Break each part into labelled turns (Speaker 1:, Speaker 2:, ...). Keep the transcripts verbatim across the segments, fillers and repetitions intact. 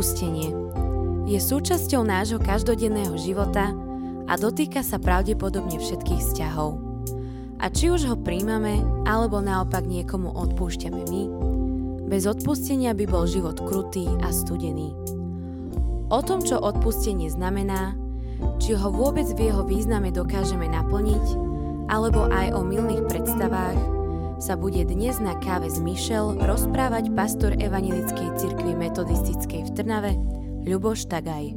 Speaker 1: Odpustenie je súčasťou nášho každodenného života a dotýka sa pravdepodobne všetkých vzťahov. A či už ho príjmame, alebo naopak niekomu odpúšťame my, bez odpustenia by bol život krutý a studený. O tom, čo odpustenie znamená, či ho vôbec v jeho význame dokážeme naplniť, alebo aj o mylných predstavách, sa bude dnes na káve s Michelle rozprávať pastor Evanjelickej cirkvi metodistickej v Trnave, Ľuboš Tagaj.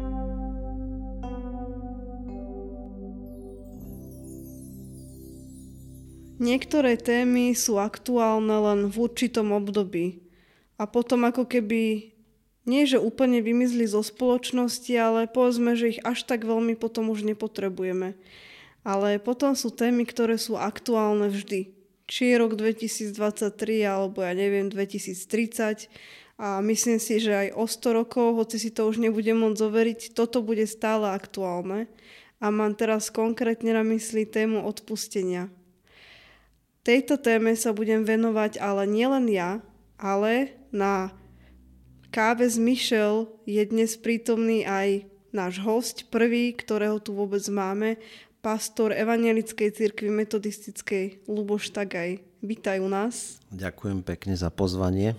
Speaker 2: Niektoré témy sú aktuálne len v určitom období a potom ako keby nie, že úplne vymizli zo spoločnosti, ale povedzme, že ich až tak veľmi potom už nepotrebujeme. Ale potom sú témy, ktoré sú aktuálne vždy. Či je rok dvetisíctridsaťtri, alebo ja neviem, dvetisíctridsať. A myslím si, že aj o sto rokov, hoci si to už nebudem môcť overiť, toto bude stále aktuálne. A mám teraz konkrétne na mysli tému odpustenia. Tejto téme sa budem venovať ale nielen ja, ale na káve s Michelle je dnes prítomný aj náš hosť, prvý, ktorého tu vôbec máme, pastor Evanjelickej cirkvi metodistickej Ľuboš Tagaj. Vítaj u nás.
Speaker 3: Ďakujem pekne za pozvanie.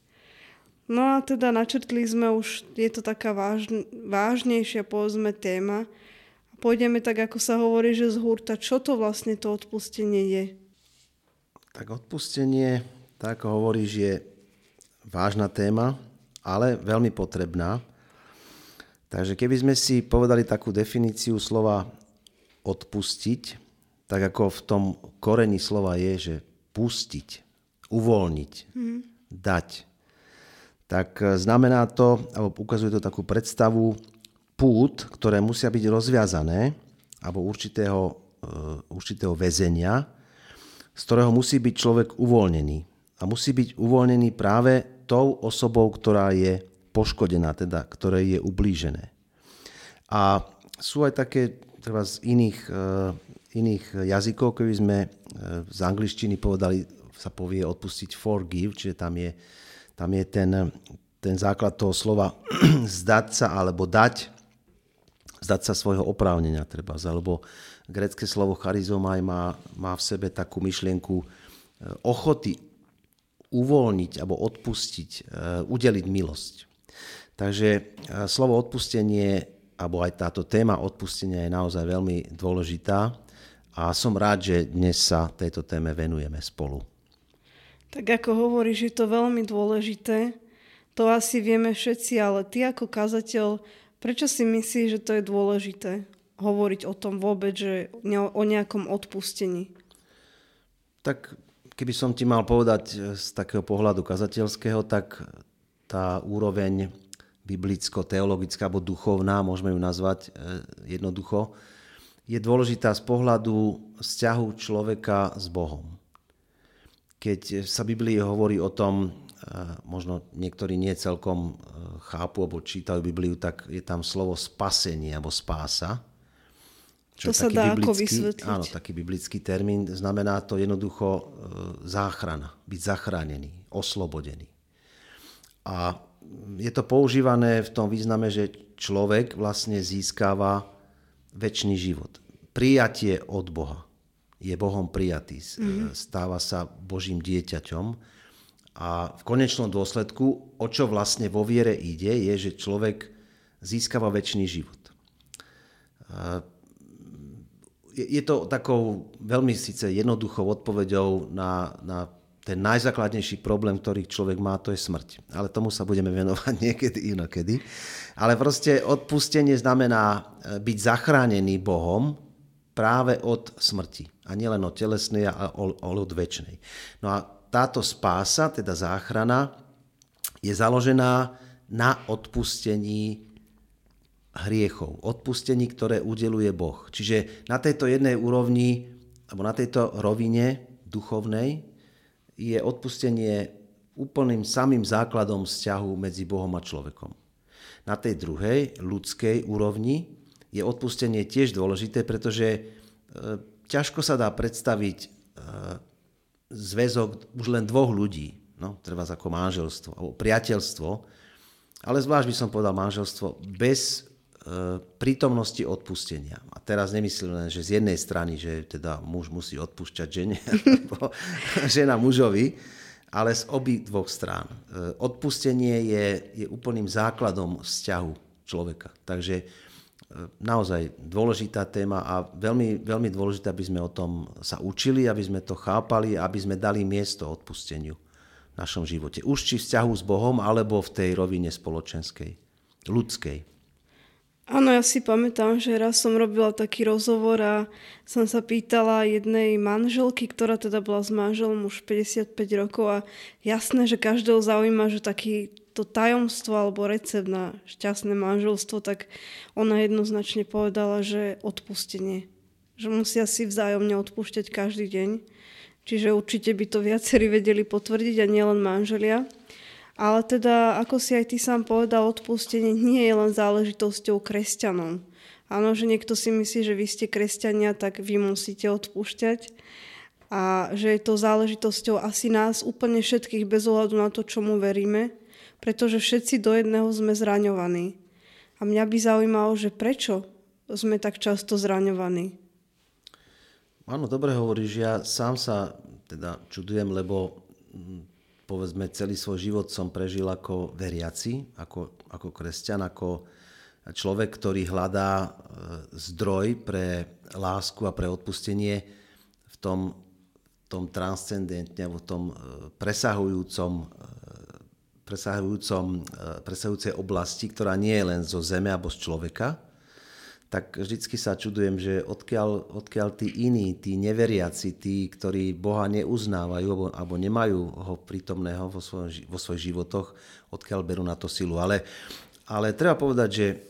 Speaker 2: No a teda načrtli sme už, je to taká vážn, vážnejšia, povedzme, téma. A pôjdeme tak, ako sa hovorí, že z hurta, čo to vlastne to odpustenie je?
Speaker 3: Tak odpustenie, tak ako hovoríš, je vážna téma, ale veľmi potrebná. Takže keby sme si povedali takú definíciu slova odpustiť, tak ako v tom koreni slova je, že pustiť, uvoľniť, hmm. dať, tak znamená to, alebo ukazuje to takú predstavu pút, ktoré musia byť rozviazané, alebo určitého, určitého väzenia, z ktorého musí byť človek uvoľnený. A musí byť uvoľnený práve tou osobou, ktorá je poškodená, teda ktorej je ublížené. A sú aj také treba z iných, uh, iných jazykov, keby sme uh, z angličtiny povedali, sa povie odpustiť forgive, čiže tam je, tam je ten, ten základ toho slova zdať sa alebo dať, zdať sa svojho oprávnenia treba, alebo grécke slovo charizomai má, má v sebe takú myšlienku ochoty uvoľniť alebo odpustiť, udeliť milosť. Takže slovo odpustenie, alebo aj táto téma odpustenia je naozaj veľmi dôležitá a som rád, že dnes sa tejto téme venujeme spolu.
Speaker 2: Tak ako hovoríš, je to veľmi dôležité. To asi vieme všetci, ale ty ako kazateľ, prečo si myslíš, že to je dôležité? Hovoriť o tom vôbec, že o nejakom odpustení.
Speaker 3: Tak keby som ti mal povedať z takého pohľadu kazateľského, tak tá úroveň biblicko-teologická alebo duchovná, môžeme ju nazvať jednoducho, je dôležitá z pohľadu vzťahu človeka s Bohom. Keď sa v Biblii hovorí o tom, možno niektorí nie celkom chápu alebo čítajú Bibliu, tak je tam slovo spasenie alebo spása.
Speaker 2: Čo to sa dá ako vysvetliť?
Speaker 3: Áno, taký biblický termín. Znamená to jednoducho e, záchrana, byť zachránený, oslobodený. A je to používané v tom význame, že človek vlastne získava večný život. Prijatie od Boha. Je Bohom prijatý. Mm-hmm. Stáva sa Božím dieťaťom. A v konečnom dôsledku, o čo vlastne vo viere ide, je, že človek získava večný život. E, Je to takou veľmi síce jednoduchou odpoveďou na, na ten najzákladnejší problém, ktorý človek má, to je smrť. Ale tomu sa budeme venovať niekedy inokedy. Ale proste odpustenie znamená byť zachránený Bohom práve od smrti. A nielen od telesnej, ale od večnej. No a táto spása, teda záchrana, je založená na odpustení hriechov, odpustení, ktoré udeluje Boh. Čiže na tejto jednej úrovni, alebo na tejto rovine duchovnej je odpustenie úplným samým základom vzťahu medzi Bohom a človekom. Na tej druhej, ľudskej úrovni je odpustenie tiež dôležité, pretože e, ťažko sa dá predstaviť e, zväzok už len dvoch ľudí, no, treba ako manželstvo alebo priateľstvo, ale zvlášť by som povedal manželstvo bez e, prítomnosti odpustenia. A teraz nemyslím len, že z jednej strany, že teda muž musí odpúšťať žene, alebo žena mužovi, ale z obi dvoch strán. E, odpustenie je, je úplným základom vzťahu človeka. Takže e, naozaj dôležitá téma a veľmi, veľmi dôležité, aby sme o tom sa učili, aby sme to chápali, aby sme dali miesto odpusteniu v našom živote. Už či vzťahu s Bohom, alebo v tej rovine spoločenskej, ľudskej.
Speaker 2: Áno, ja si pamätám, že raz som robila taký rozhovor a som sa pýtala jednej manželky, ktorá teda bola s manželom už päťdesiatpäť rokov a jasné, že každého zaujíma, že taký to tajomstvo alebo recept na šťastné manželstvo, tak ona jednoznačne povedala, že odpustenie. Že musia si vzájomne odpúšťať každý deň. Čiže určite by to viacerí vedeli potvrdiť a nielen manželia. Ale teda, ako si aj ty sám povedal, odpustenie nie je len záležitosťou kresťanov. Áno, že niekto si myslí, že vy ste kresťania, tak vy musíte odpúšťať. A že je to záležitosťou asi nás úplne všetkých bez ohľadu na to, čomu veríme, pretože všetci do jedného sme zraňovaní. A mňa by zaujímalo, že prečo sme tak často zraňovaní.
Speaker 3: Áno, dobre hovoríš, ja sám sa teda čudujem, lebo povedzme celý svoj život som prežil ako veriaci, ako, ako kresťan, ako človek, ktorý hľadá zdroj pre lásku a pre odpustenie v tom, tom transcendentne, v tom presahujúcom, presahujúcom, presahujúcej oblasti, ktorá nie je len zo zeme alebo z človeka, tak vždycky sa čudujem, že odkiaľ, odkiaľ tí iní, tí neveriaci, tí, ktorí Boha neuznávajú alebo, alebo nemajú ho prítomného vo, svojom, vo svojich životoch, odkiaľ berú na to silu. Ale, ale treba povedať, že e,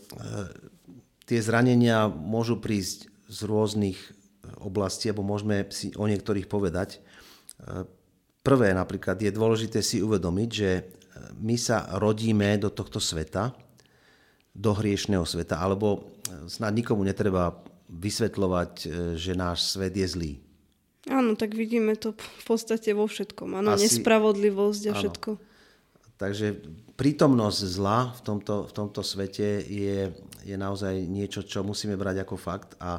Speaker 3: tie zranenia môžu prísť z rôznych oblastí, alebo môžeme si o niektorých povedať. E, prvé napríklad je dôležité si uvedomiť, že my sa rodíme do tohto sveta, do hriešného sveta, alebo snad nikomu netreba vysvetľovať, že náš svet je zlý.
Speaker 2: Áno, tak vidíme to v podstate vo všetkom. Áno, Asi, nespravodlivosť a áno. Všetko.
Speaker 3: Takže prítomnosť zla v tomto, v tomto svete je, je naozaj niečo, čo musíme brať ako fakt a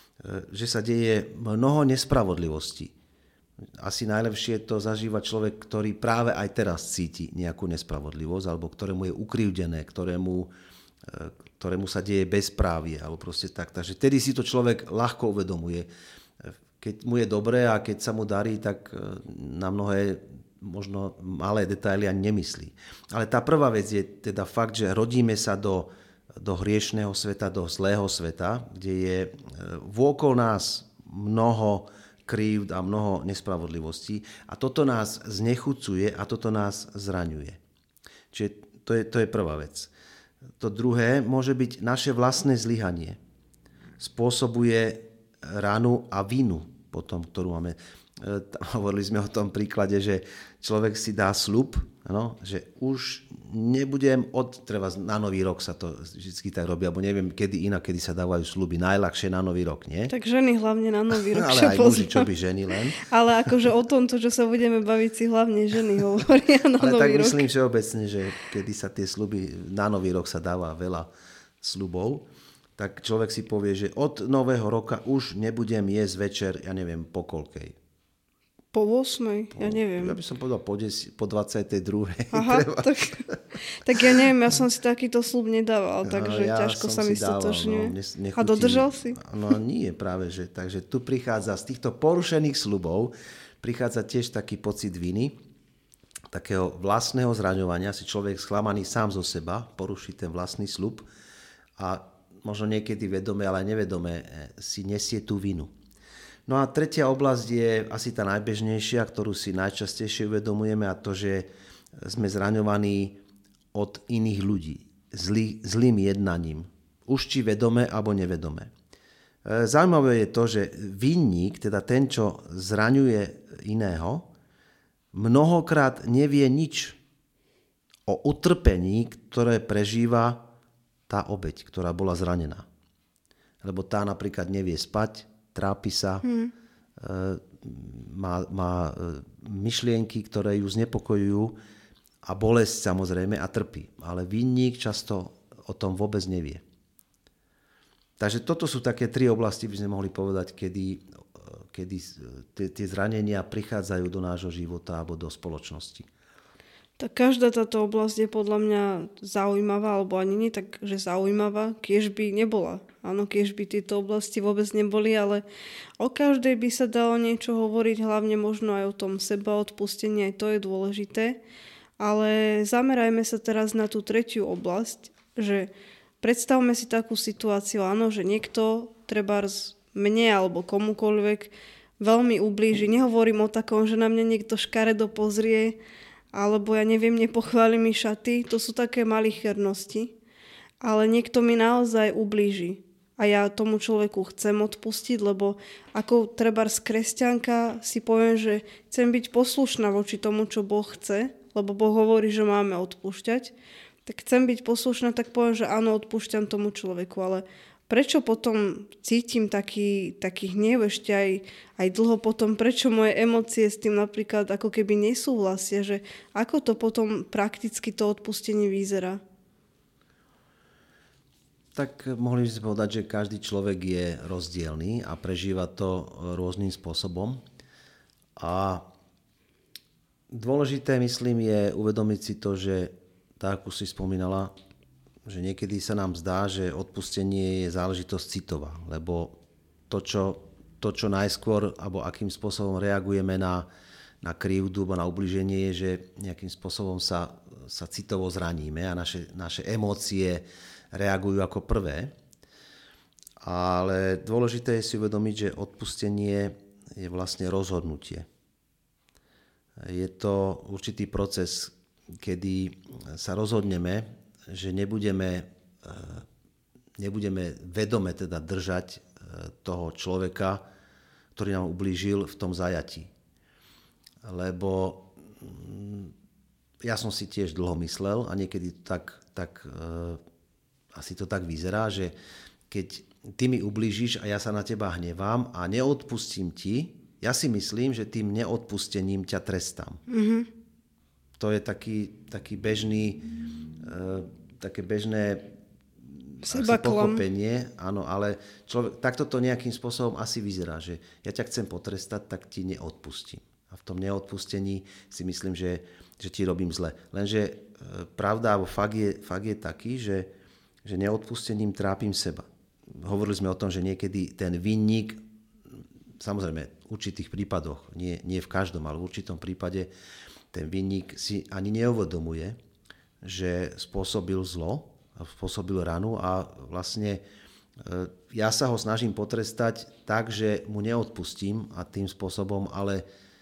Speaker 3: že sa deje mnoho nespravodlivostí. Asi najlepšie to zažíva človek, ktorý práve aj teraz cíti nejakú nespravodlivosť, alebo ktorému je ukrivdené, ktorému ktorému sa deje bezprávie, alebo proste tak. Takže tedy si to človek ľahko uvedomuje. Keď mu je dobré a keď sa mu darí, tak na mnohé možno malé detaily ani nemyslí. Ale tá prvá vec je teda fakt, že rodíme sa do, do hriešného sveta, do zlého sveta, kde je vôkol nás mnoho krívd a mnoho nespravodlivostí a toto nás znechucuje a toto nás zraňuje. Čiže to je, to je prvá vec. To druhé môže byť naše vlastné zlyhanie. Spôsobuje ranu a vinu potom, ktorú máme. Hovorili sme o tom príklade, že človek si dá sľub, no, že už nebudem od, treba na nový rok sa to vždy tak robí, alebo neviem, kedy inak, kedy sa dávajú sľuby, najľahšie na nový rok, nie?
Speaker 2: Tak ženy hlavne na nový rok.
Speaker 3: Ale aj muži, čo by ženy len.
Speaker 2: Ale akože o tomto, čo sa budeme baviť, si hlavne ženy hovoria na
Speaker 3: Ale
Speaker 2: nový
Speaker 3: tak
Speaker 2: rok.
Speaker 3: myslím všeobecne, že kedy sa tie sľuby, na nový rok sa dáva veľa sľubov, tak človek si povie, že od nového roka už nebudem jesť večer, ja neviem, po koľkej.
Speaker 2: Po ôsmej, ja neviem.
Speaker 3: Ja by som povedal po, desi, po dvadsiatej druhej.
Speaker 2: Aha, tak, tak ja neviem, ja som si takýto sľub nedával, takže ja ťažko sa mi stotožňuje. No, a dodržal si?
Speaker 3: No nie, práve, že. Takže tu prichádza z týchto porušených sľubov, prichádza tiež taký pocit viny, takého vlastného zraňovania, si človek sklamaný sám zo seba, poruší ten vlastný sľub a možno niekedy vedome, ale nevedome si nesie tú vinu. No a tretia oblasť je asi tá najbežnejšia, ktorú si najčastejšie uvedomujeme a to, že sme zraňovaní od iných ľudí zlý, zlým jednaním. Už či vedome alebo nevedome. Zaujímavé je to, že vinník, teda ten, čo zraňuje iného, mnohokrát nevie nič o utrpení, ktoré prežíva tá obeť, ktorá bola zranená. Lebo tá napríklad nevie spať, trápi sa, hmm. má, má myšlienky, ktoré ju znepokojujú a bolesť samozrejme a trpí. Ale vinník často o tom vôbec nevie. Takže toto sú také tri oblasti, by sme mohli povedať, kedy, kedy tie zranenia prichádzajú do nášho života alebo do spoločnosti.
Speaker 2: Tak každá táto oblasť je podľa mňa zaujímavá, alebo ani nie tak, že zaujímavá, kiež by nebola. Áno, kiež by tieto oblasti vôbec neboli, ale o každej by sa dalo niečo hovoriť, hlavne možno aj o tom sebaodpustení, aj to je dôležité. Ale zamerajme sa teraz na tú tretiu oblasť, že predstavme si takú situáciu, áno, že niekto, trebárs mne alebo komukoľvek, veľmi ublíži. Nehovorím o takom, že na mňa niekto škaredo pozrie, alebo ja neviem, nepochváli mi šaty, to sú také malichernosti, ale niekto mi naozaj ublíži a ja tomu človeku chcem odpustiť, lebo ako trebárs kresťanka si poviem, že chcem byť poslušná voči tomu, čo Boh chce, lebo Boh hovorí, že máme odpúšťať, tak chcem byť poslušná, tak poviem, že áno, odpúšťam tomu človeku, ale prečo potom cítim taký, taký hnev ešte aj, aj dlho potom, prečo moje emócie s tým napríklad ako keby nesúhlasia, že ako to potom prakticky to odpustenie vyzerá?
Speaker 3: Tak mohli by sme povedať, že každý človek je rozdielný a prežíva to rôznym spôsobom. A dôležité, myslím, je uvedomiť si to, že tak, ako si spomínala, že niekedy sa nám zdá, že odpustenie je záležitosť citová, lebo to, čo, to, čo najskôr, alebo akým spôsobom reagujeme na, na krivdu, alebo na ubliženie, je, že nejakým spôsobom sa, sa citovo zraníme a naše, naše emócie reagujú ako prvé. Ale dôležité je si uvedomiť, že odpustenie je vlastne rozhodnutie. Je to určitý proces, kedy sa rozhodneme, že nebudeme, nebudeme vedome teda držať toho človeka, ktorý nám ublížil v tom zajatí. Lebo ja som si tiež dlho myslel a niekedy tak, tak asi to tak vyzerá, že keď ty mi ublížiš a ja sa na teba hnevám a neodpustím ti, ja si myslím, že tým neodpustením ťa trestám. Mm-hmm. To je taký, taký bežný, uh, také bežné pochopenie, áno, ale človek, takto to nejakým spôsobom asi vyzerá, že ja ťa chcem potrestať, tak ti neodpustím. A v tom neodpustení si myslím, že, že ti robím zle. Lenže uh, pravda, alebo fakt je, fakt je taký, že, že neodpustením trápim seba. Hovorili sme o tom, že niekedy ten vinník, samozrejme v určitých prípadoch, nie, nie v každom, ale v určitom prípade, ten vinník si ani neuvedomuje, že spôsobil zlo, spôsobil ranu a vlastne ja sa ho snažím potrestať tak, že mu neodpustím a tým spôsobom, ale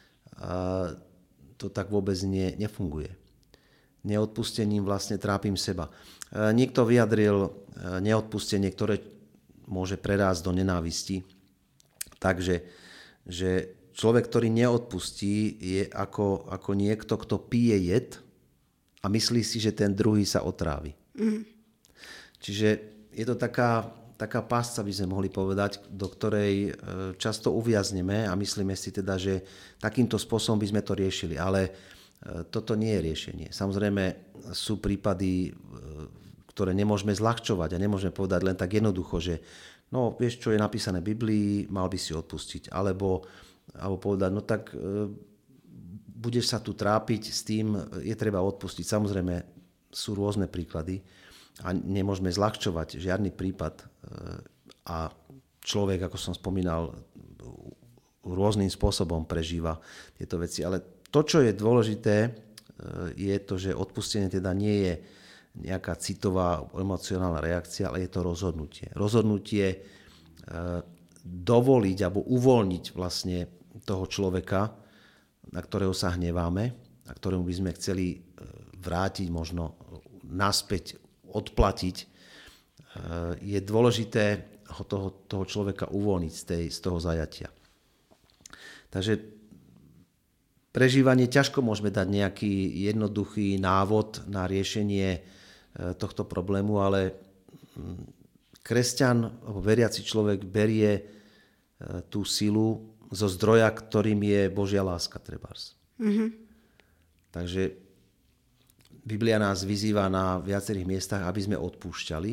Speaker 3: to tak vôbec nie, nefunguje. Neodpustením vlastne trápim seba. Niekto vyjadril neodpustenie, ktoré môže prerásť do nenávisti, takže že človek, ktorý neodpustí, je ako, ako niekto, kto pije jed a myslí si, že ten druhý sa otrávi. Mm. Čiže je to taká, taká pásca, by sme mohli povedať, do ktorej často uviazneme a myslíme si teda, že takýmto spôsobom by sme to riešili. Ale toto nie je riešenie. Samozrejme sú prípady, ktoré nemôžeme zľahčovať a nemôžeme povedať len tak jednoducho, že no vieš, čo je napísané v Biblii, mal by si odpustiť. Alebo alebo povedať, no tak e, budeš sa tu trápiť s tým, je treba odpustiť. Samozrejme sú rôzne príklady a nemôžeme zľahčovať žiadny prípad e, a človek, ako som spomínal, rôznym spôsobom prežíva tieto veci. Ale to, čo je dôležité, e, je to, že odpustenie teda nie je nejaká citová, emocionálna reakcia, ale je to rozhodnutie. Rozhodnutie e, dovoliť alebo uvoľniť vlastne toho človeka, na ktorého sa hneváme a ktorému by sme chceli vrátiť, možno naspäť, odplatiť. Je dôležité ho toho, toho človeka uvoľniť z, tej, z toho zajatia. Takže prežívanie ťažko môžeme dať nejaký jednoduchý návod na riešenie tohto problému, ale kresťan, alebo veriaci človek berie tú silu zo zdroja, ktorým je Božia láska trebárs. Mm-hmm. Takže Biblia nás vyzýva na viacerých miestach, aby sme odpúšťali.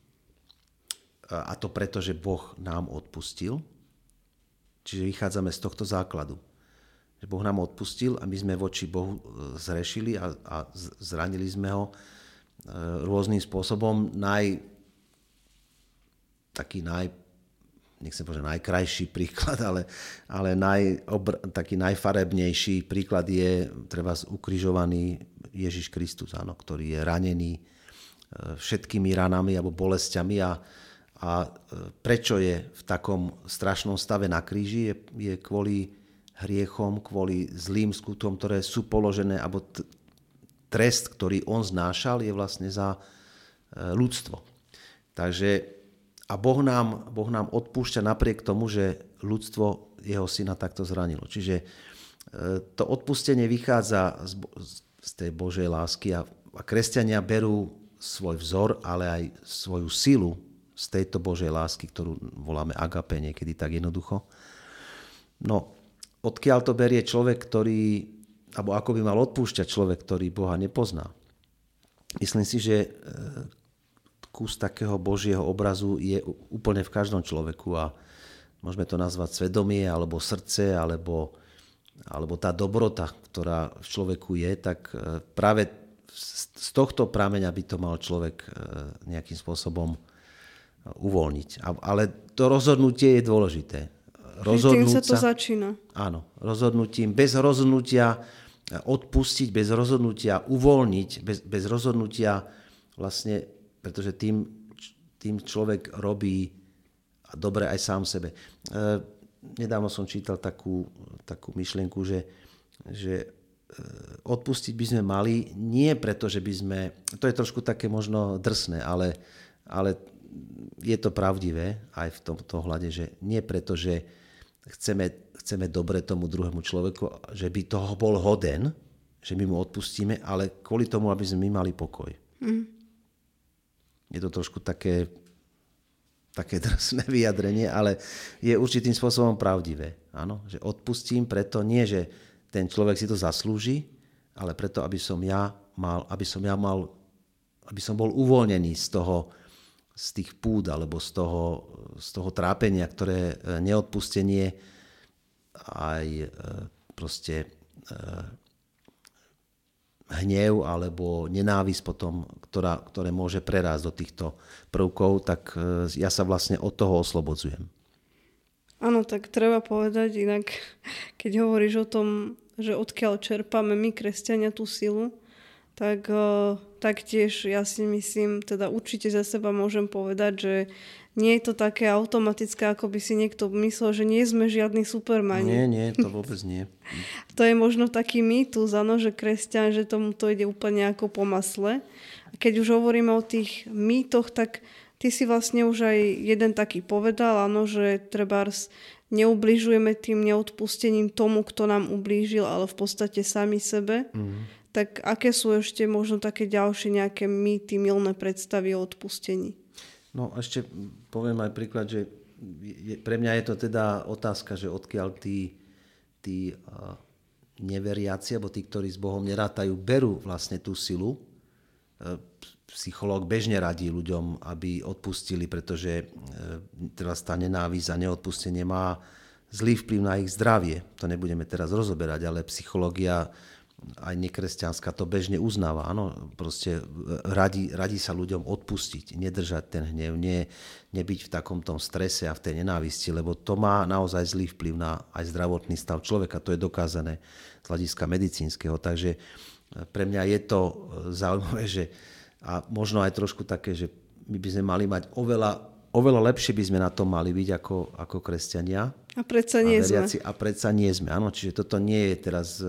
Speaker 3: A to preto, že Boh nám odpustil. Čiže vychádzame z tohto základu. Že Boh nám odpustil a my sme voči Bohu zrešili a, a zranili sme ho rôznym spôsobom. Naj, taký naj, nechcem povedať najkrajší príklad, ale, ale naj, obr, taký najfarebnejší príklad je treba ukrižovaný Ježiš Kristus, áno, ktorý je ranený všetkými ranami alebo bolestiami a, a prečo je v takom strašnom stave na kríži, je, je kvôli hriechom, kvôli zlým skutkom, ktoré sú položené, alebo t- trest, ktorý on znášal, je vlastne za ľudstvo. Takže a Boh nám, Boh nám odpúšťa napriek tomu, že ľudstvo jeho syna takto zranilo. Čiže to odpustenie vychádza z, z tej Božej lásky a, a kresťania berú svoj vzor, ale aj svoju silu z tejto Božej lásky, ktorú voláme agape niekedy tak jednoducho. No, odkiaľ to berie človek, ktorý, alebo ako by mal odpúšťať človek, ktorý Boha nepozná? Myslím si, že kus takého Božieho obrazu je úplne v každom človeku a môžeme to nazvať svedomie, alebo srdce, alebo, alebo tá dobrota, ktorá v človeku je, tak práve z tohto prameňa by to mal človek nejakým spôsobom uvoľniť. Ale to rozhodnutie je dôležité.
Speaker 2: Tým sa to začína.
Speaker 3: Áno, rozhodnutím. Bez rozhodnutia odpustiť, bez rozhodnutia uvoľniť, bez, bez rozhodnutia vlastne, pretože tým, tým človek robí dobre aj sám sebe. E, nedávno som čítal takú, takú myšlienku, že, že odpustiť by sme mali nie preto, že by sme, to je trošku také možno drsné, ale, ale je to pravdivé aj v tomto ohľade, že nie preto, že chceme, chceme dobre tomu druhému človeku, že by toho bol hoden, že my mu odpustíme, ale kvôli tomu, aby sme my mali pokoj. Mm. Je to trošku také, také drsné vyjadrenie, ale je určitým spôsobom pravdivé. Áno? Že odpustím preto, nie že ten človek si to zaslúži, ale preto, aby som ja mal, aby som ja mal, aby som bol uvoľnený z toho, z tých púd, alebo z toho, z toho trápenia, ktoré neodpustenie aj proste hnev alebo nenávisť potom, ktorá, ktoré môže prerásť do týchto prvkov, tak ja sa vlastne od toho oslobodzujem.
Speaker 2: Áno, tak treba povedať inak, keď hovoríš o tom, že odkiaľ čerpáme my, kresťania, tú silu, tak uh, taktiež ja si myslím, teda určite za seba môžem povedať, že nie je to také automatické, ako by si niekto myslel, že nie sme žiadni supermani.
Speaker 3: Nie, nie, to vôbec nie.
Speaker 2: To je možno taký mýtus, áno, že kresťan, že tomu to ide úplne ako po masle. Keď už hovoríme o tých mýtoch, tak ty si vlastne už aj jeden taký povedal, áno, že trebárs neubližujeme tým neodpustením tomu, kto nám ublížil, ale v podstate sami sebe. Mm. Tak aké sú ešte možno také ďalšie nejaké mýty, mylné predstavy o odpustení?
Speaker 3: No ešte poviem aj príklad, že je, pre mňa je to teda otázka, že odkiaľ tí, tí uh, neveriaci, alebo tí, ktorí s Bohom nerátajú, berú vlastne tú silu. Uh, psychológ bežne radí ľuďom, aby odpustili, pretože uh, teraz tá nenávisť a neodpustenie má zlý vplyv na ich zdravie. To nebudeme teraz rozoberať, ale psychológia aj nekresťanská to bežne uznáva. Áno, proste radí, radí sa ľuďom odpustiť, nedržať ten hnev, nie, nebyť v takom tom strese a v tej nenávisti, lebo to má naozaj zlý vplyv na aj zdravotný stav človeka. To je dokázané z hľadiska medicínskeho. Takže pre mňa je to zaujímavé, že a možno aj trošku také, že my by sme mali mať oveľa, oveľa lepšie by sme na tom mali byť ako, ako kresťania.
Speaker 2: A predsa nie a veriaci,
Speaker 3: sme. A predsa nie sme. Áno, čiže toto nie je teraz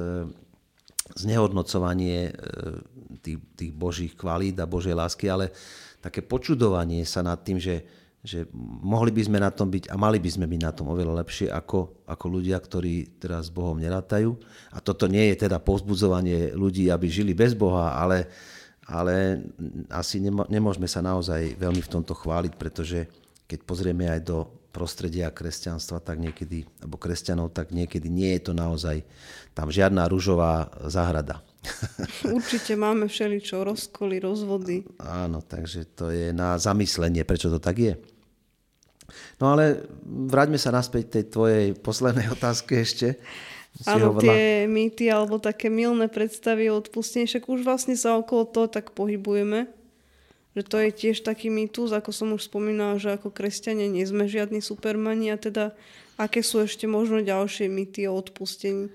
Speaker 3: znehodnocovanie tých, tých Božích kvalít a Božej lásky, ale také počudovanie sa nad tým, že, že mohli by sme na tom byť a mali by sme byť na tom oveľa lepšie ako, ako ľudia, ktorí teraz s Bohom nerátajú. A toto nie je teda povzbudzovanie ľudí, aby žili bez Boha, ale, ale asi nemôžeme sa naozaj veľmi v tomto chváliť, pretože keď pozrieme aj do prostredia kresťanstva, tak niekedy, alebo kresťanov, tak niekedy nie je to naozaj tam žiadna ružová záhrada.
Speaker 2: Určite máme všeličo, rozkoly, rozvody.
Speaker 3: Áno, takže to je na zamyslenie, prečo to tak je. No ale vráťme sa naspäť tej tvojej poslednej otázke ešte.
Speaker 2: Áno, tie mýty alebo také mylné predstavy o odpustení, však už vlastne sa okolo toho tak pohybujeme. Že to je tiež taký mýtus, ako som už spomínala, že ako kresťania nie sme žiadni supermani a teda aké sú ešte možno ďalšie mýty o odpustení?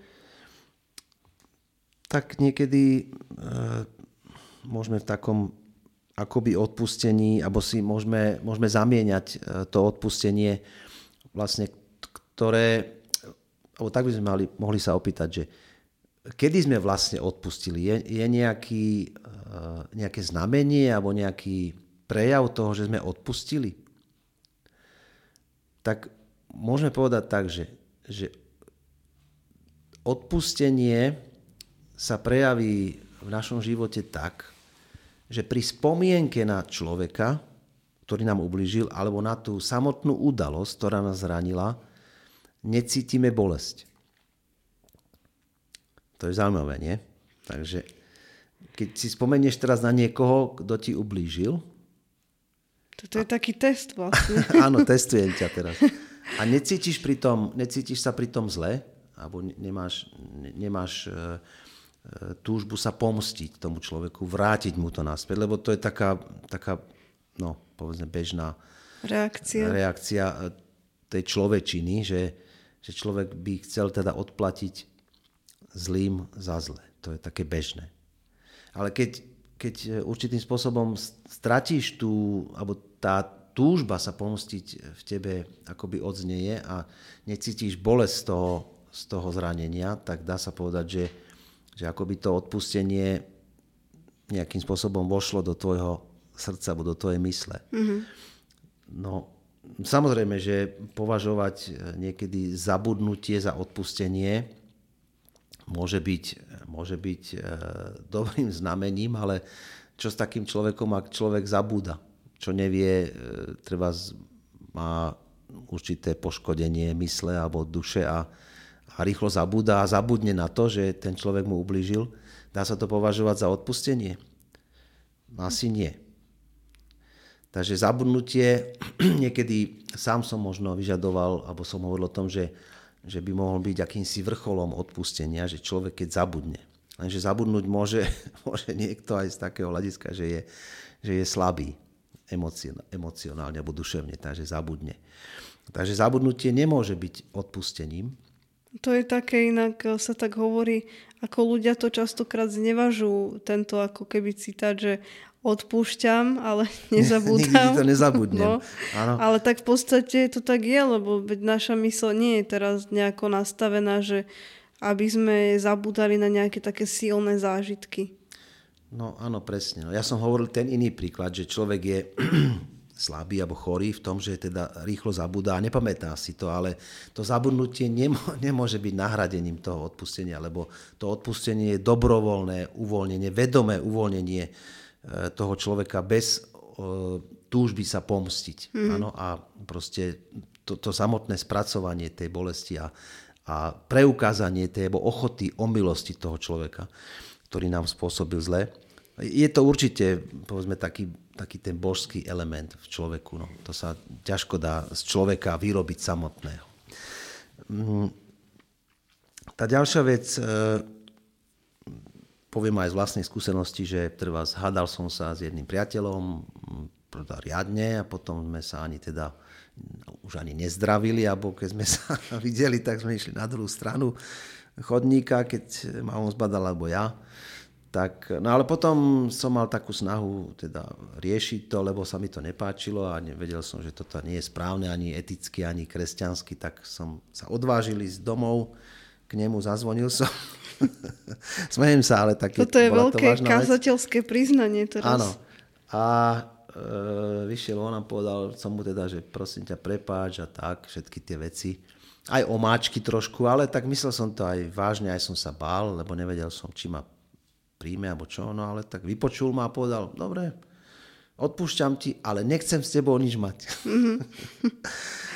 Speaker 3: Tak niekedy e, môžeme v takom akoby odpustení, alebo si môžeme, môžeme zamieňať e, to odpustenie vlastne, ktoré, alebo tak by sme mali, mohli sa opýtať, že kedy sme vlastne odpustili? Je, je nejaký, nejaké znamenie alebo nejaký prejav toho, že sme odpustili? Tak môžeme povedať tak, že, že odpustenie sa prejaví v našom živote tak, že pri spomienke na človeka, ktorý nám ublížil, alebo na tú samotnú udalosť, ktorá nás zranila, necítime bolesť. To je zaujímavé, nie? Takže keď si spomenieš teraz na niekoho, kto ti ublížil.
Speaker 2: Toto je a... taký test vlastne.
Speaker 3: Áno, testujem ťa teraz. A necítiš, pri tom, necítiš sa pri tom zle, alebo nemáš, nemáš e, e, túžbu sa pomstiť tomu človeku, vrátiť mu to naspäť, lebo to je taká, taká no, povedzme, bežná
Speaker 2: reakcia,
Speaker 3: reakcia tej človečiny, že, že človek by chcel teda odplatiť zlým za zle. To je také bežné. Ale keď, keď určitým spôsobom stratíš tú, alebo tá túžba sa pomstiť v tebe akoby odznieje a necítiš bolesť z toho, z toho zranenia, tak dá sa povedať, že, že akoby to odpustenie nejakým spôsobom vošlo do tvojho srdca alebo do tvojej mysle. Mm-hmm. No, samozrejme, že považovať niekedy zabudnutie za odpustenie Môže byť, môže byť e, dobrým znamením, ale čo s takým človekom, ak človek zabúda, čo nevie, e, treba z, má určité poškodenie mysle alebo duše a, a rýchlo zabúda a zabudne na to, že ten človek mu ublížil, dá sa to považovať za odpustenie? Asi nie. Takže zabudnutie, niekedy sám som možno vyžadoval, alebo som hovoril o tom, že že by mohol byť akýmsi vrcholom odpustenia, že človek keď zabudne. Lenže zabudnúť môže, môže niekto aj z takého hľadiska, že je, že je slabý emocionálne alebo duševne, takže zabudne. Takže zabudnutie nemôže byť odpustením.
Speaker 2: To je také, inak sa tak hovorí, ako ľudia to častokrát znevažujú, tento ako keby citát, že odpúšťam, ale nezabúdam.
Speaker 3: Nikdy to nezabudnem.
Speaker 2: No, ale tak v podstate to tak je, lebo veď naša mysl nie je teraz nejako nastavená, že aby sme zabúdali na nejaké také silné zážitky.
Speaker 3: No áno, presne. No, ja som hovoril ten iný príklad, že človek je slabý alebo chorý v tom, že teda rýchlo zabúda a nepamätá si to, ale to zabudnutie nemô- nemôže byť nahradením toho odpustenia, lebo to odpustenie je dobrovoľné uvoľnenie, vedomé uvoľnenie toho človeka bez uh, túžby sa pomstiť. Mm. Áno, a proste to, to samotné spracovanie tej bolesti a, a preukázanie tej ochoty o milosti toho človeka, ktorý nám spôsobil zle. Je to určite, povedzme, taký, taký ten božský element v človeku. No. To sa ťažko dá z človeka vyrobiť samotného. Tá ďalšia vec, poviem aj z vlastnej skúsenosti, že treba zhádal som sa s jedným priateľom riadne a potom sme sa ani teda už ani nezdravili, alebo keď sme sa videli, tak sme išli na druhú stranu chodníka, keď ma on zbadal, alebo ja. Tak, no ale potom som mal takú snahu teda riešiť to, lebo sa mi to nepáčilo a nevedel som, že toto nie je správne ani eticky, ani kresťansky, tak som sa odvážil ísť domov k nemu, zazvonil som. Smejem sa, ale také...
Speaker 2: Toto je veľké kazateľské priznanie teraz.
Speaker 3: Áno. A e, vyšiel on a povedal som mu teda, že prosím ťa, prepáč a tak, všetky tie veci. Aj omáčky trošku, ale tak myslel som to aj vážne, aj som sa bál, lebo nevedel som, či ma príjme, alebo čo, no ale tak vypočul ma a povedal, dobre, odpúšťam ti, ale nechcem s tebou nič mať. Mm-hmm.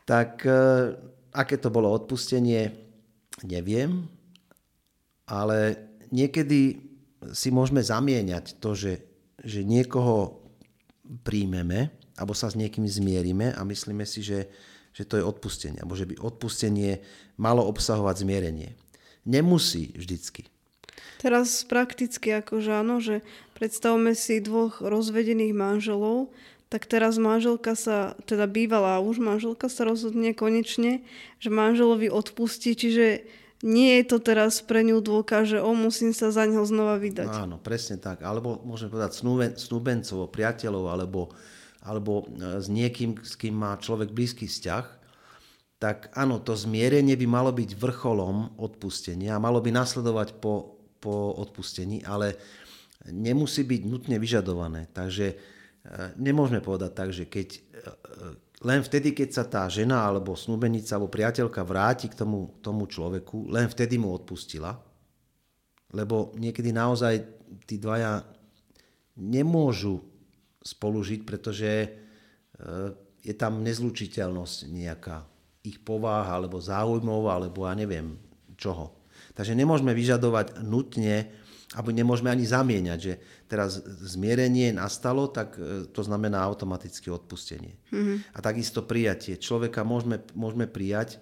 Speaker 3: Tak aké to bolo odpustenie, neviem, ale niekedy si môžeme zamieňať to, že, že niekoho príjmeme, alebo sa s niekým zmierime a myslíme si, že, že to je odpustenie, alebo že by odpustenie malo obsahovať zmierenie. Nemusí vždycky.
Speaker 2: Teraz prakticky akože áno, že predstavme si dvoch rozvedených manželov, tak teraz manželka sa, teda bývalá už manželka sa rozhodne konečne, že manželovi odpustí, čiže nie je to teraz pre ňu dôkaz, že o, musím sa za ňo znova vydať.
Speaker 3: Áno, presne tak. Alebo môžeme povedať snúben, snúbencov, priateľov, alebo, alebo s niekým, s kým má človek blízky vzťah, tak áno, to zmierenie by malo byť vrcholom odpustenia a malo by nasledovať po, po odpustení, ale nemusí byť nutne vyžadované. Takže nemôžeme povedať tak, že keď len vtedy, keď sa tá žena alebo snúbenica alebo priateľka vráti k tomu, tomu človeku, len vtedy mu odpustila. Lebo niekedy naozaj tí dvaja nemôžu spolu žiť, pretože je tam nezlučiteľnosť nejaká ich pováha alebo záujmov, alebo ja neviem čoho. Takže nemôžeme vyžadovať nutne, alebo nemôžeme ani zamieňať, že teraz zmierenie nastalo, tak to znamená automaticky odpustenie. Mm-hmm. A takisto prijatie. Človeka môžeme, môžeme prijať e,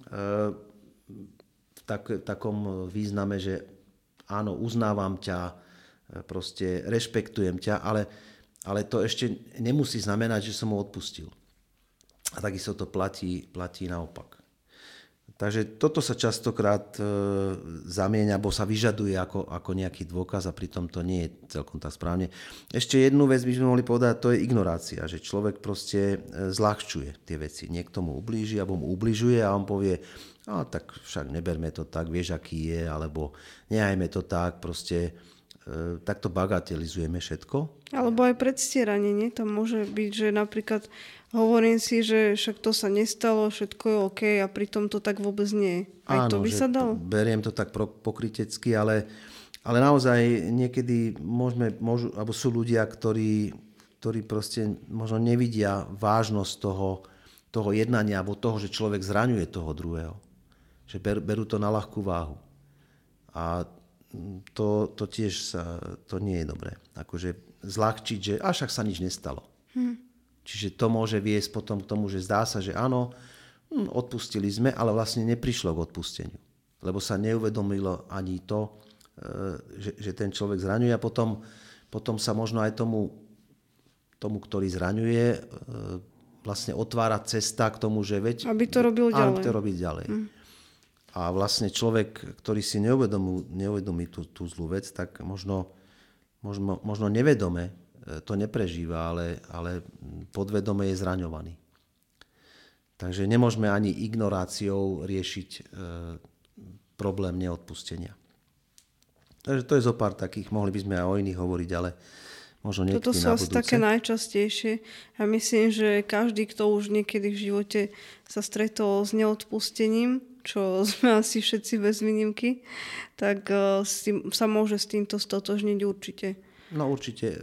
Speaker 3: v tak, takom význame, že áno, uznávam ťa, proste rešpektujem ťa, ale, ale to ešte nemusí znamenať, že som mu odpustil. A takisto to platí, platí naopak. Takže toto sa častokrát e, zamieňa, alebo sa vyžaduje ako, ako nejaký dôkaz a pritom to nie je celkom tak správne. Ešte jednu vec by sme mohli povedať, to je ignorácia, že človek proste zľahčuje tie veci. Niekto mu ublíži, alebo mu ubližuje a on povie, a tak však neberme to tak, vieš, aký je, alebo nehajme to tak, proste e, takto bagatelizujeme všetko.
Speaker 2: Alebo aj predstieranie, nie? Tam môže byť, že napríklad hovorím si, že však to sa nestalo, všetko je OK a pritom to tak vôbec nie je. Aj
Speaker 3: Áno,
Speaker 2: to by sa dalo?
Speaker 3: Beriem to tak pokrytecky, ale, ale naozaj niekedy môžeme, môžu, alebo sú ľudia, ktorí, ktorí proste možno nevidia vážnosť toho, toho jednania alebo toho, že človek zraňuje toho druhého. Že ber, berú to na ľahkú váhu. A to, to tiež sa, to nie je dobré. Akože zľahčiť, že až však sa nič nestalo. Hm. Čiže to môže viesť potom k tomu, že zdá sa, že áno, odpustili sme, ale vlastne neprišlo k odpusteniu. Lebo sa neuvedomilo ani to, že, že ten človek zraňuje a potom, potom sa možno aj tomu, tomu, ktorý zraňuje, vlastne otvára cesta k tomu, že veď...
Speaker 2: Aby to robil ďalej.
Speaker 3: Aby to robiť ďalej. Mm. A vlastne človek, ktorý si neuvedomí, neuvedomí tú, tú zlú vec, tak možno, možno, možno nevedome to neprežíva, ale, ale podvedome je zraňovaný. Takže nemôžeme ani ignoráciou riešiť e, problém neodpustenia. Takže to je zo pár takých, mohli by sme aj o iných hovoriť, ale možno niekedy na budúce.
Speaker 2: Toto sú asi také najčastejšie. Ja myslím, že každý, kto už niekedy v živote sa stretol s neodpustením, čo sme asi všetci bez výnimky, tak e, si, sa môže s týmto stotožniť určite.
Speaker 3: No určite.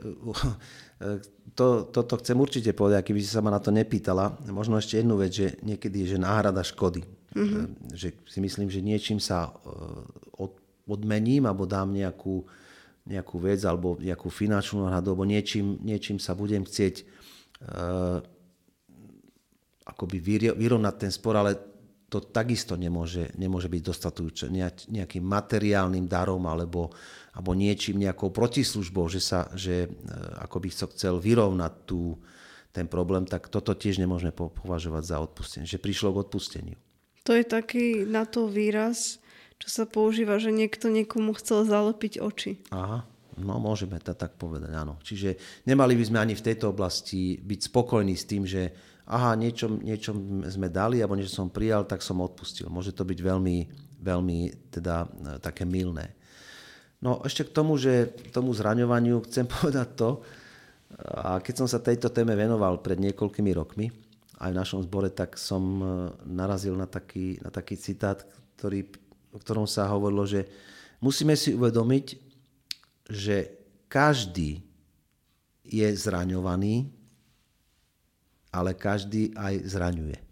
Speaker 3: To, toto chcem určite povedať, keby si sa ma na to nepýtala. Možno ešte jednu vec, že niekedy je že náhrada škody. Mm-hmm. Že si myslím, že niečím sa od, odmením alebo dám nejakú, nejakú vec alebo nejakú finančnú náhradu alebo niečím, niečím sa budem chcieť uh, akoby vyrovnať ten spor, ale to takisto nemôže, nemôže byť dostatujúce nejakým materiálnym darom alebo, alebo niečím, nejakou protislužbou, že, sa, že ako by som chcel vyrovnať tú, ten problém, tak toto tiež nemôžeme považovať za odpustenie, že prišlo k odpusteniu.
Speaker 2: To je taký na to výraz, čo sa používa, že niekto niekomu chcel zalepiť oči.
Speaker 3: Aha, no môžeme to tak povedať, áno. Čiže nemali by sme ani v tejto oblasti byť spokojní s tým, že aha, niečo, niečo sme dali, alebo niečo som prijal, tak som odpustil. Môže to byť veľmi, veľmi teda také mylné. No ešte k tomu, že tomu zraňovaniu chcem povedať to, a keď som sa tejto téme venoval pred niekoľkými rokmi, aj v našom zbore, tak som narazil na taký, na taký citát, ktorý, o ktorom sa hovorilo, že musíme si uvedomiť, že každý je zraňovaný, ale každý aj zraňuje.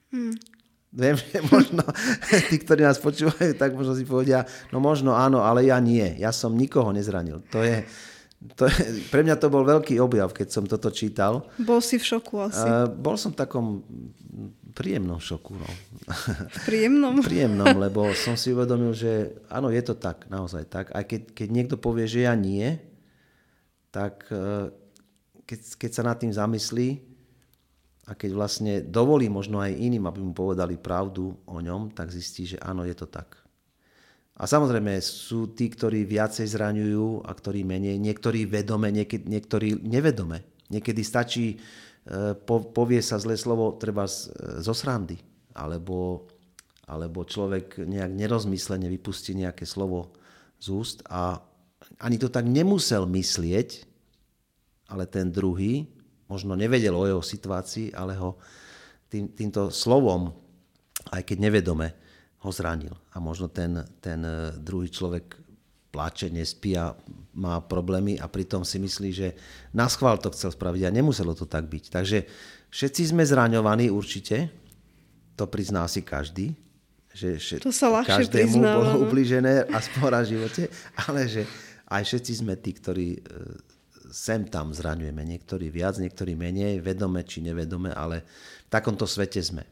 Speaker 2: Hmm.
Speaker 3: Viem, že možno tí, ktorí nás počúvajú, tak možno si povedia, no možno áno, ale ja nie. Ja som nikoho nezranil. To je, to je, pre mňa to bol veľký objav, keď som toto čítal.
Speaker 2: Bol si v šoku asi.
Speaker 3: Uh, bol som v takom príjemnom šoku. No.
Speaker 2: V príjemnom?
Speaker 3: príjemnom, lebo som si uvedomil, že áno, je to tak, naozaj tak. Aj keď, keď niekto povie, že ja nie, tak uh, keď, keď sa nad tým zamyslí, a keď vlastne dovolí možno aj iným, aby mu povedali pravdu o ňom, tak zistí, že áno, je to tak. A samozrejme sú tí, ktorí viacej zraňujú a ktorí menej. Niektorí vedome, niekedy, niektorí nevedome. Niekedy stačí, po, povie sa zlé slovo treba z, zo srandy. Alebo, alebo človek nejak nerozmyslene vypustí nejaké slovo z úst a ani to tak nemusel myslieť, ale ten druhý možno nevedel o jeho situácii, ale ho tým, týmto slovom, aj keď nevedome, ho zranil. A možno ten, ten druhý človek pláče, nespí a má problémy a pritom si myslí, že naschvál to chcel spraviť a nemuselo to tak byť. Takže všetci sme zraňovaní určite, to prizná si každý, že
Speaker 2: to sa ľahšie
Speaker 3: každému
Speaker 2: priznáva,
Speaker 3: bolo
Speaker 2: no.
Speaker 3: ublížené aspoň raz v živote, ale že aj všetci sme tí, ktorí sem tam zraňujeme. Niektorí viac, niektorí menej, vedome či nevedome, ale v takomto svete sme.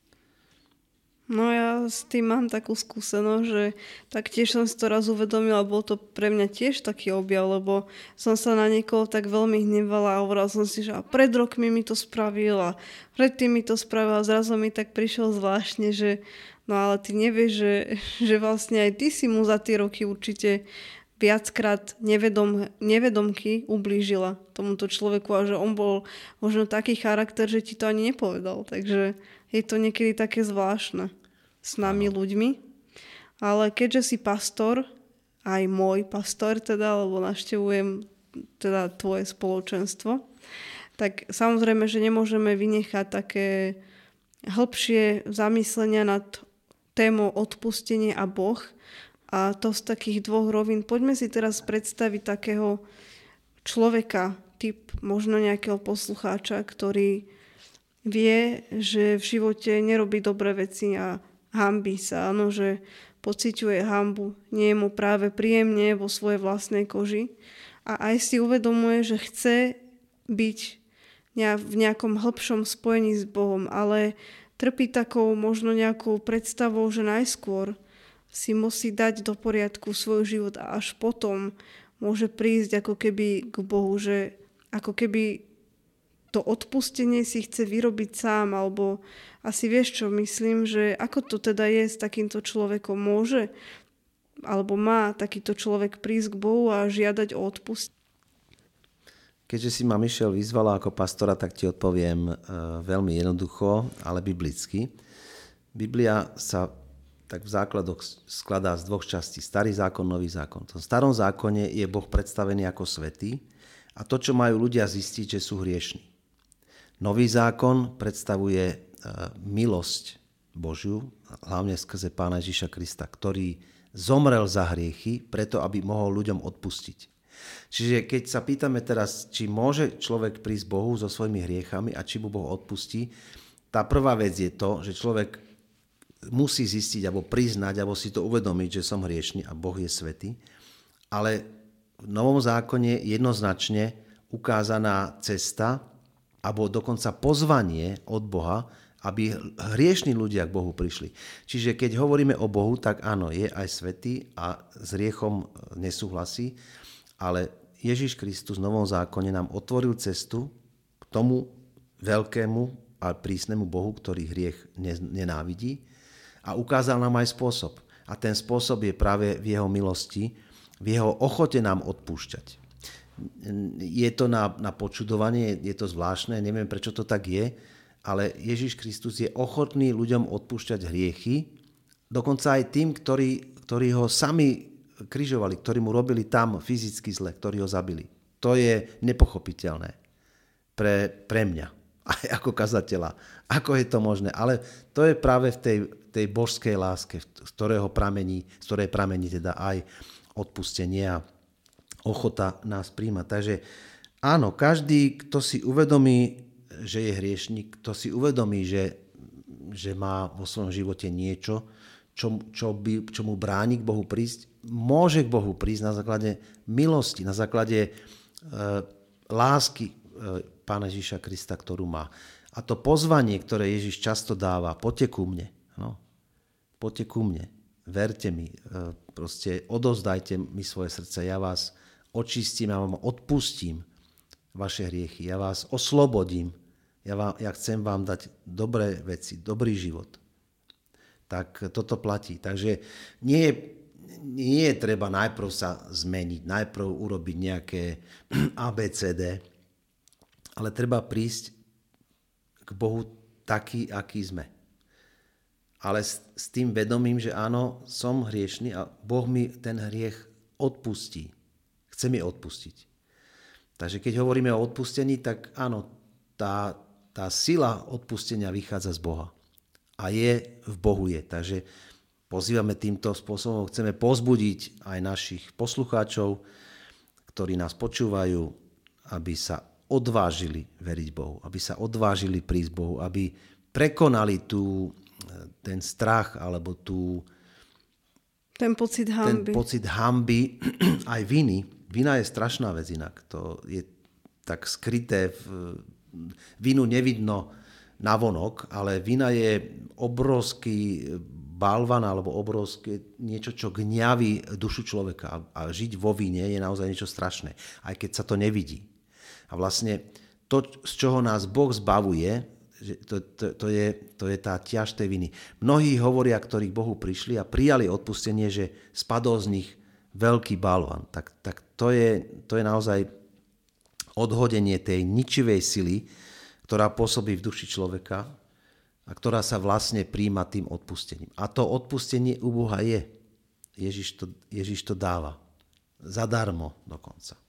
Speaker 2: No ja s tým mám takú skúsenosť, že taktiež som si to raz uvedomila, bol to pre mňa tiež taký objav, lebo som sa na niekoho tak veľmi hnevala a hovorila som si, že a pred rokmi mi to spravil a predtým mi to spravil a zrazu mi tak prišiel zvláštne, že no ale ty nevieš, že, že vlastne aj ty si mu za tie roky určite viackrát nevedom, nevedomky ublížila tomuto človeku a že on bol možno taký charakter, že ti to ani nepovedal. Takže je to niekedy také zvláštne s nami Aha. ľuďmi. Ale keďže si pastor, aj môj pastor teda, lebo navštevujem teda tvoje spoločenstvo, tak samozrejme, že nemôžeme vynechať také hĺbšie zamyslenia nad témou odpustenie a Boh, a to z takých dvoch rovín. Poďme si teraz predstaviť takého človeka, typ možno nejakého poslucháča, ktorý vie, že v živote nerobí dobré veci a hanbí sa, áno, že pociťuje hanbu, nie je mu práve príjemne vo svojej vlastnej koži a aj si uvedomuje, že chce byť v nejakom hĺbšom spojení s Bohom, ale trpí takou možno nejakou predstavou, že najskôr si musí dať do poriadku svoj život a až potom môže prísť ako keby k Bohu, že ako keby to odpustenie si chce vyrobiť sám, alebo asi vieš, čo myslím, že ako to teda je s takýmto človekom, môže alebo má takýto človek prísť k Bohu a žiadať o odpustenie?
Speaker 3: Keďže si ma Mišel vyzvala ako pastora, tak ti odpoviem veľmi jednoducho, ale biblicky. Biblia sa tak v základoch skladá z dvoch častí. Starý zákon, nový zákon. V tom starom zákone je Boh predstavený ako svätý a to, čo majú ľudia zistiť, že sú hriešni. Nový zákon predstavuje milosť Božiu, hlavne skrze Pána Ježiša Krista, ktorý zomrel za hriechy, preto aby mohol ľuďom odpustiť. Čiže keď sa pýtame teraz, či môže človek prísť Bohu so svojimi hriechami a či mu Boh odpustí, tá prvá vec je to, že človek musí zistiť, alebo priznať, alebo si to uvedomiť, že som hriešný a Boh je svätý. Ale v Novom zákone jednoznačne ukázaná cesta, alebo dokonca pozvanie od Boha, aby hriešní ľudia k Bohu prišli. Čiže keď hovoríme o Bohu, tak áno, je aj svätý a s hriechom nesúhlasí, ale Ježiš Kristus v Novom zákone nám otvoril cestu k tomu veľkému a prísnemu Bohu, ktorý hriech nenávidí, a ukázal nám aj spôsob. A ten spôsob je práve v jeho milosti, v jeho ochote nám odpúšťať. Je to na, na počudovanie, je to zvláštne, neviem prečo to tak je, ale Ježiš Kristus je ochotný ľuďom odpúšťať hriechy, dokonca aj tým, ktorí, ktorí ho sami križovali, ktorí mu robili tam fyzicky zle, ktorí ho zabili. To je nepochopiteľné pre, pre mňa, aj ako kazateľa. Ako je to možné? Ale to je práve v tej, tej božskej láske, z ktorého pramení, z ktorej pramení teda aj odpustenie a ochota nás príjmať. Takže áno, každý, kto si uvedomí, že je hriešnik, kto si uvedomí, že že má vo svojom živote niečo, čo, čo, by, čo mu bráni k Bohu prísť, môže k Bohu prísť na základe milosti, na základe e, lásky e, Pána Ježiša Krista, ktorú má. A to pozvanie, ktoré Ježiš často dáva, poďte ku mne, no, poďte ku mne, verte mi, e, proste odozdajte mi svoje srdce, ja vás očistím, ja vám odpustím vaše hriechy, ja vás oslobodím, ja, vám, ja chcem vám dať dobré veci, dobrý život. Tak toto platí. Takže nie je, nie je treba najprv sa zmeniť, najprv urobiť nejaké á bé cé dé, ale treba prísť k Bohu taký, aký sme. Ale s, s tým vedomím, že áno, som hriešný a Boh mi ten hriech odpustí. Chce mi odpustiť. Takže keď hovoríme o odpustení, tak áno, tá, tá sila odpustenia vychádza z Boha. A je v Bohu je. Takže pozývame týmto spôsobom, chceme pozbudiť aj našich poslucháčov, ktorí nás počúvajú, aby sa odvážili veriť Bohu, aby sa odvážili prísť Bohu, aby prekonali tú, ten strach alebo tú,
Speaker 2: ten pocit hanby.
Speaker 3: Ten pocit hanby aj viny. Vina je strašná vec inak. To je tak skryté. V, vinu nevidno navonok, ale vina je obrovský balvan alebo obrovské niečo, čo gňaví dušu človeka. A žiť vo vine je naozaj niečo strašné, aj keď sa to nevidí. A vlastne to, z čoho nás Boh zbavuje, to, to, to, je, to je tá ťaž tej viny. Mnohí hovoria, ktorí k Bohu prišli a prijali odpustenie, že spadol z nich veľký balvan. Tak, tak to, je, to je naozaj odhodenie tej ničivej sily, ktorá pôsobí v duši človeka a ktorá sa vlastne príjma tým odpustením. A to odpustenie u Boha je. Ježiš to, Ježiš to dáva. Zadarmo dokonca.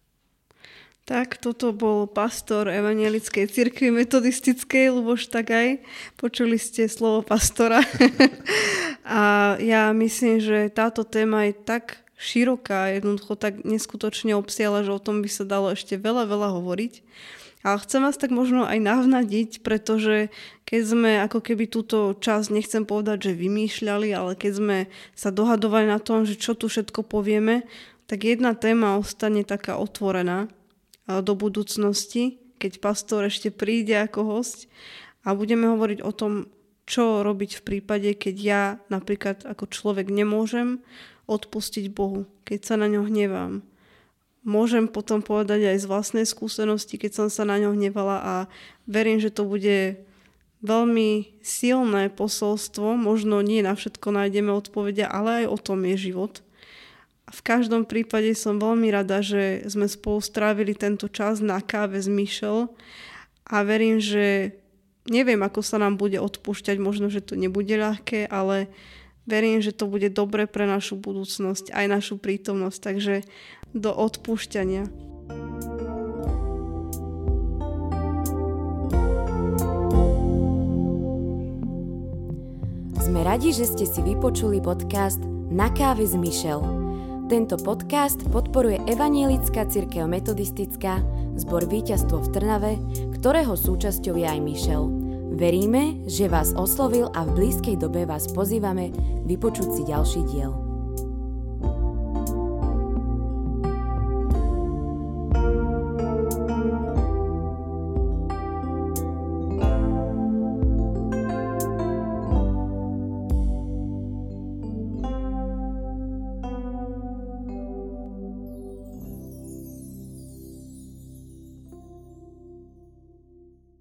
Speaker 2: Tak, toto bol pastor Evangelickej cirkvi metodistickej, Ľuboš Tagaj. Počuli ste slovo pastora. A ja myslím, že táto téma je tak široká, jednoducho tak neskutočne obsiahla, že o tom by sa dalo ešte veľa, veľa hovoriť. Ale chcem vás tak možno aj navnadiť, pretože keď sme ako keby túto časť, nechcem povedať, že vymýšľali, ale keď sme sa dohadovali na tom, že čo tu všetko povieme, tak jedna téma ostane taká otvorená do budúcnosti, keď pastor ešte príde ako hosť a budeme hovoriť o tom, čo robiť v prípade, keď ja napríklad ako človek nemôžem odpustiť Bohu, keď sa na ňo hnevám. Môžem potom povedať aj z vlastnej skúsenosti, keď som sa na ňo hnevala a verím, že to bude veľmi silné posolstvo, možno nie na všetko nájdeme odpovede, ale aj o tom je život. V každom prípade som veľmi rada, že sme spolu strávili tento čas na káve s Michelle a verím, že neviem, ako sa nám bude odpúšťať, možno, že to nebude ľahké, ale verím, že to bude dobre pre našu budúcnosť, aj našu prítomnosť, takže do odpúšťania.
Speaker 1: Sme radi, že ste si vypočuli podcast Na káve s Michelle. Tento podcast podporuje Evanjelická cirkev metodistická, zbor Víťazstvo v Trnave, ktorého súčasťou je aj Michelle. Veríme, že vás oslovil a v blízkej dobe vás pozývame vypočuť si ďalší diel.